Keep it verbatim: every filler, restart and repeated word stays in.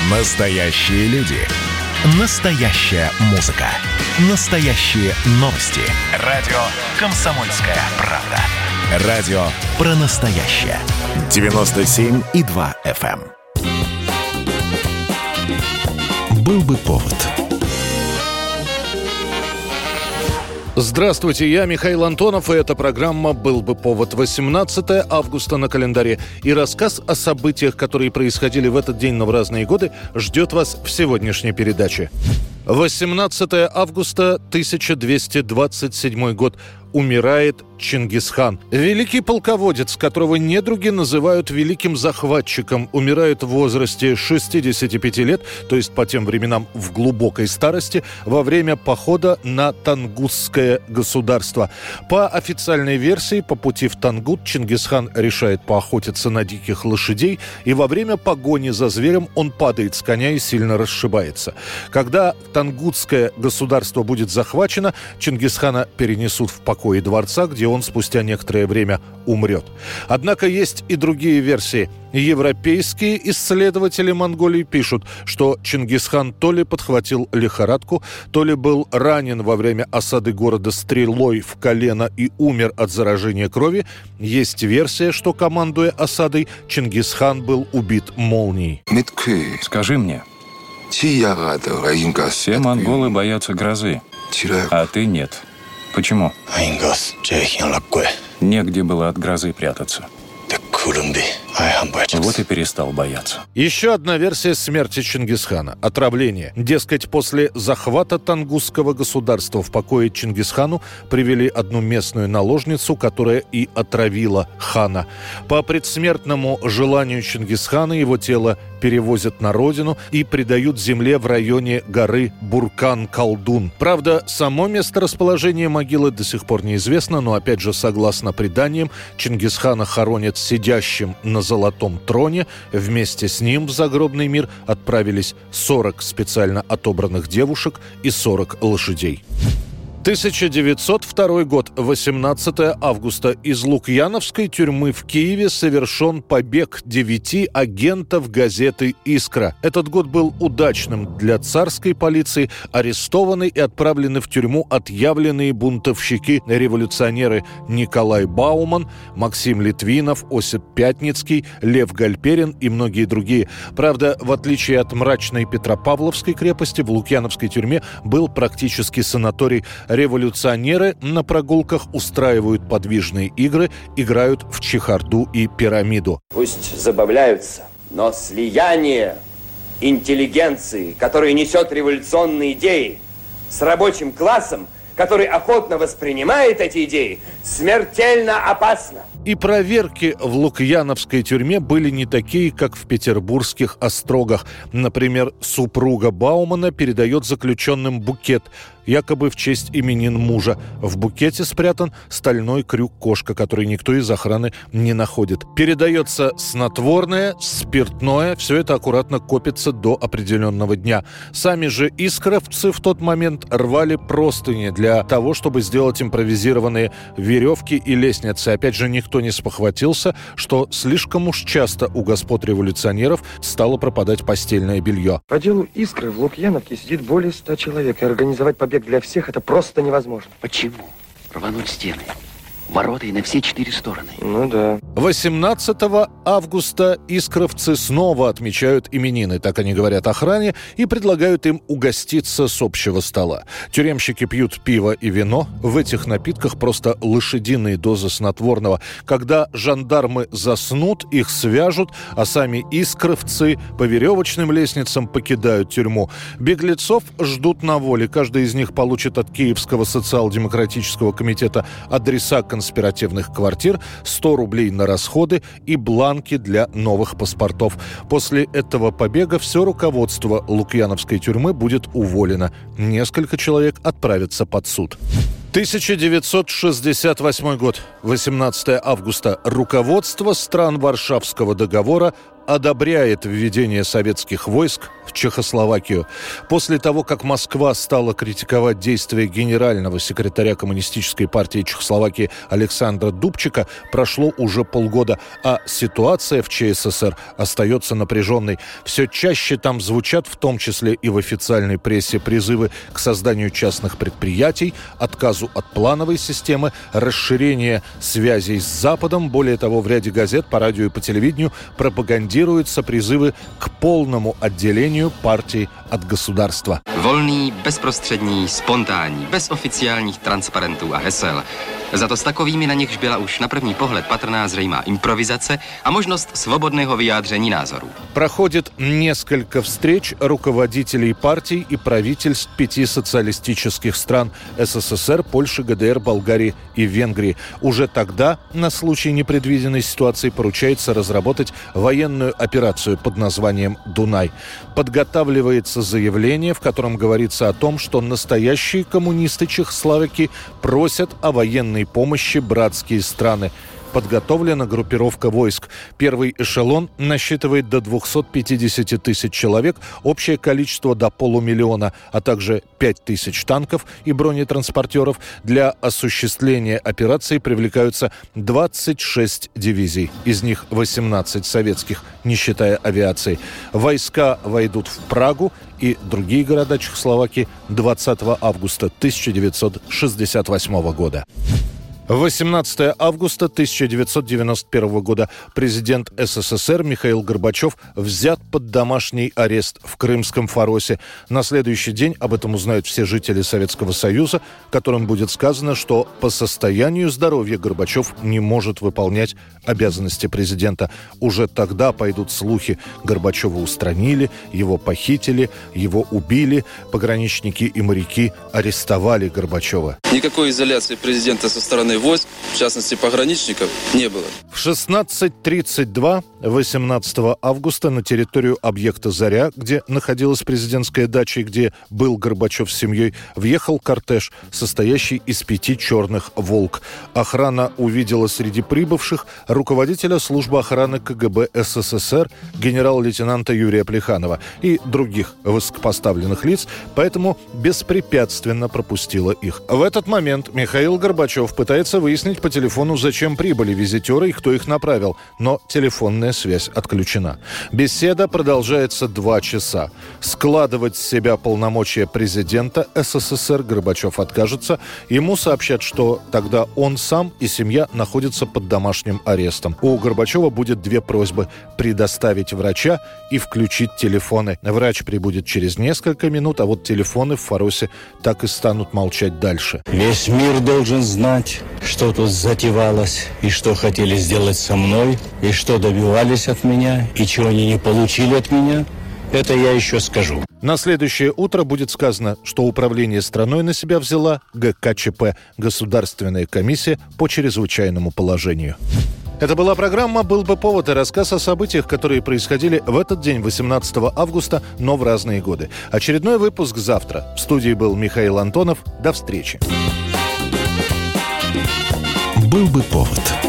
Настоящие люди. Настоящая музыка. Настоящие новости. Радио «Комсомольская правда». Радио про настоящее. девяносто семь и два эф эм. Был бы повод. Здравствуйте, я Михаил Антонов, и эта программа «Был бы повод». восемнадцатое августа на календаре. И рассказ о событиях, которые происходили в этот день, но в разные годы, ждет вас в сегодняшней передаче. восемнадцатое августа тысяча двести двадцать седьмой год. Умирает Чингисхан. Великий полководец, которого недруги называют великим захватчиком, умирает в возрасте шестидесяти пяти лет, то есть по тем временам в глубокой старости, во время похода на Тангутское государство. По официальной версии, по пути в Тангут Чингисхан решает поохотиться на диких лошадей, и во время погони за зверем он падает с коня и сильно расшибается. Когда Тангутское государство будет захвачено, Чингисхана перенесут в покое дворца, где он спустя некоторое время умрет. Однако есть и другие версии. Европейские исследователи Монголии пишут, что Чингисхан то ли подхватил лихорадку, то ли был ранен во время осады города стрелой в колено и умер от заражения крови. Есть версия, что, командуя осадой, Чингисхан был убит молнией. Скажи мне, все монголы боятся грозы, а ты нет. Почему? Негде было от грозы прятаться. Вот и перестал бояться. Еще одна версия смерти Чингисхана – отравление. Дескать, после захвата Тангутского государства в покое Чингисхану привели одну местную наложницу, которая и отравила хана. По предсмертному желанию Чингисхана его тело перевозят на родину и предают земле в районе горы Буркан-Калдун. Правда, само месторасположение могилы до сих пор неизвестно, но, опять же, согласно преданиям, Чингисхана хоронят сидящим на золотом троне. Вместе с ним в загробный мир отправились сорок специально отобранных девушек и сорок лошадей. тысяча девятьсот второй год, восемнадцатое августа. Из Лукьяновской тюрьмы в Киеве совершен побег девяти агентов газеты «Искра». Этот год был удачным для царской полиции. Арестованы и отправлены в тюрьму отъявленные бунтовщики, революционеры Николай Бауман, Максим Литвинов, Осип Пятницкий, Лев Гальперин и многие другие. Правда, в отличие от мрачной Петропавловской крепости, в Лукьяновской тюрьме был практически санаторий. Революционеры на прогулках устраивают подвижные игры, играют в чехарду и пирамиду. Пусть забавляются, но слияние интеллигенции, которая несет революционные идеи, с рабочим классом, который охотно воспринимает эти идеи, смертельно опасно. И проверки в Лукьяновской тюрьме были не такие, как в петербургских острогах. Например, супруга Баумана передает заключенным букет, якобы в честь именин мужа. В букете спрятан стальной крюк-кошка, который никто из охраны не находит. Передается снотворное, спиртное. Все это аккуратно копится до определенного дня. Сами же искровцы в тот момент рвали простыни для того, чтобы сделать импровизированные веревки и лестницы. Опять же, никто не спохватился, что слишком уж часто у господ революционеров стало пропадать постельное белье. По делу «Искры» в Лукьяновке сидит более ста человек, и организовать побег для всех это просто невозможно. Почему? Рвануть стены, ворота и на все четыре стороны. Ну да. восемнадцатого августа искровцы снова отмечают именины, так они говорят охране, и предлагают им угоститься с общего стола. Тюремщики пьют пиво и вино. В этих напитках просто лошадиные дозы снотворного. Когда жандармы заснут, их свяжут, а сами искровцы по веревочным лестницам покидают тюрьму. Беглецов ждут на воле. Каждый из них получит от Киевского социал-демократического комитета адреса конспиративных квартир, сто рублей на расходы и бланки для новых паспортов. После этого побега все руководство Лукьяновской тюрьмы будет уволено. Несколько человек отправятся под суд. тысяча девятьсот шестьдесят восьмой год, восемнадцатое августа. Руководство стран Варшавского договора одобряет введение советских войск в Чехословакию. После того, как Москва стала критиковать действия генерального секретаря Коммунистической партии Чехословакии Александра Дубчика, прошло уже полгода, а ситуация в ЧССР остается напряженной. Все чаще там звучат, в том числе и в официальной прессе, призывы к созданию частных предприятий, отказу от плановой системы, расширение связей с Западом. Более того, в ряде газет, по радио и по телевидению пропагандируются призывы к полному отделению партии от государства. Volný, bezprostřední, spontánní, bez oficiálních transparentů a hesel. Za to s takovými, na nichž byla už na první pohled patrná zřejmá improvizace a možnost svobodného vyjádření názorů. Проходит несколько встреч руководителей партий и правительств пяти социалистических стран СССР, Польши, ГДР, Болгарии и Венгрии. Уже тогда, на случай непредвиденной ситуации, поручается разработать военную операцию под названием «Дунай». Подготавливается заявление, в котором говорится о том, что настоящие коммунисты Чехословакии просят о военной помощи братские страны. Подготовлена группировка войск. Первый эшелон насчитывает до двухсот пятидесяти тысяч человек, общее количество до полумиллиона, а также пять тысяч танков и бронетранспортеров. Для осуществления операции привлекаются двадцать шесть дивизий, из них восемнадцать советских, не считая авиации. Войска войдут в Прагу и другие города Чехословакии двадцатого августа тысяча девятьсот шестьдесят восьмого года. восемнадцатого августа тысяча девятьсот девяносто первого года президент СССР Михаил Горбачев взят под домашний арест в Крымском Фаросе. На следующий день об этом узнают все жители Советского Союза, которым будет сказано, что по состоянию здоровья Горбачев не может выполнять обязанности президента. Уже тогда пойдут слухи: Горбачева устранили, его похитили, его убили. Пограничники и моряки арестовали Горбачева. Никакой изоляции президента со стороны войск, в частности пограничников, не было. В шестнадцать тридцать два восемнадцатого августа на территорию объекта «Заря», где находилась президентская дача и где был Горбачев с семьей, въехал кортеж, состоящий из пяти черных «Волк». Охрана увидела среди прибывших руководителя службы охраны КГБ СССР генерал-лейтенанта Юрия Плеханова и других высокопоставленных лиц, поэтому беспрепятственно пропустила их. В этот момент Михаил Горбачев пытается выяснить по телефону, зачем прибыли визитеры и кто их направил, но телефонная связь отключена. Беседа продолжается два часа. Складывать с себя полномочия президента СССР Горбачев откажется. Ему сообщат, что тогда он сам и семья находятся под домашним арестом. У Горбачева будет две просьбы: предоставить врача и включить телефоны. Врач прибудет через несколько минут, а вот телефоны в Фаросе так и станут молчать дальше. Весь мир должен знать, что тут затевалось, и что хотели сделать со мной, и что добивались от меня, и чего они не получили от меня. Это я еще скажу. На следующее утро будет сказано, что управление страной на себя взяла ГКЧП – Государственная комиссия по чрезвычайному положению. Это была программа «Был бы повод» и рассказ о событиях, которые происходили в этот день, восемнадцатого августа, но в разные годы. Очередной выпуск завтра. В студии был Михаил Антонов. До встречи. «Был бы повод».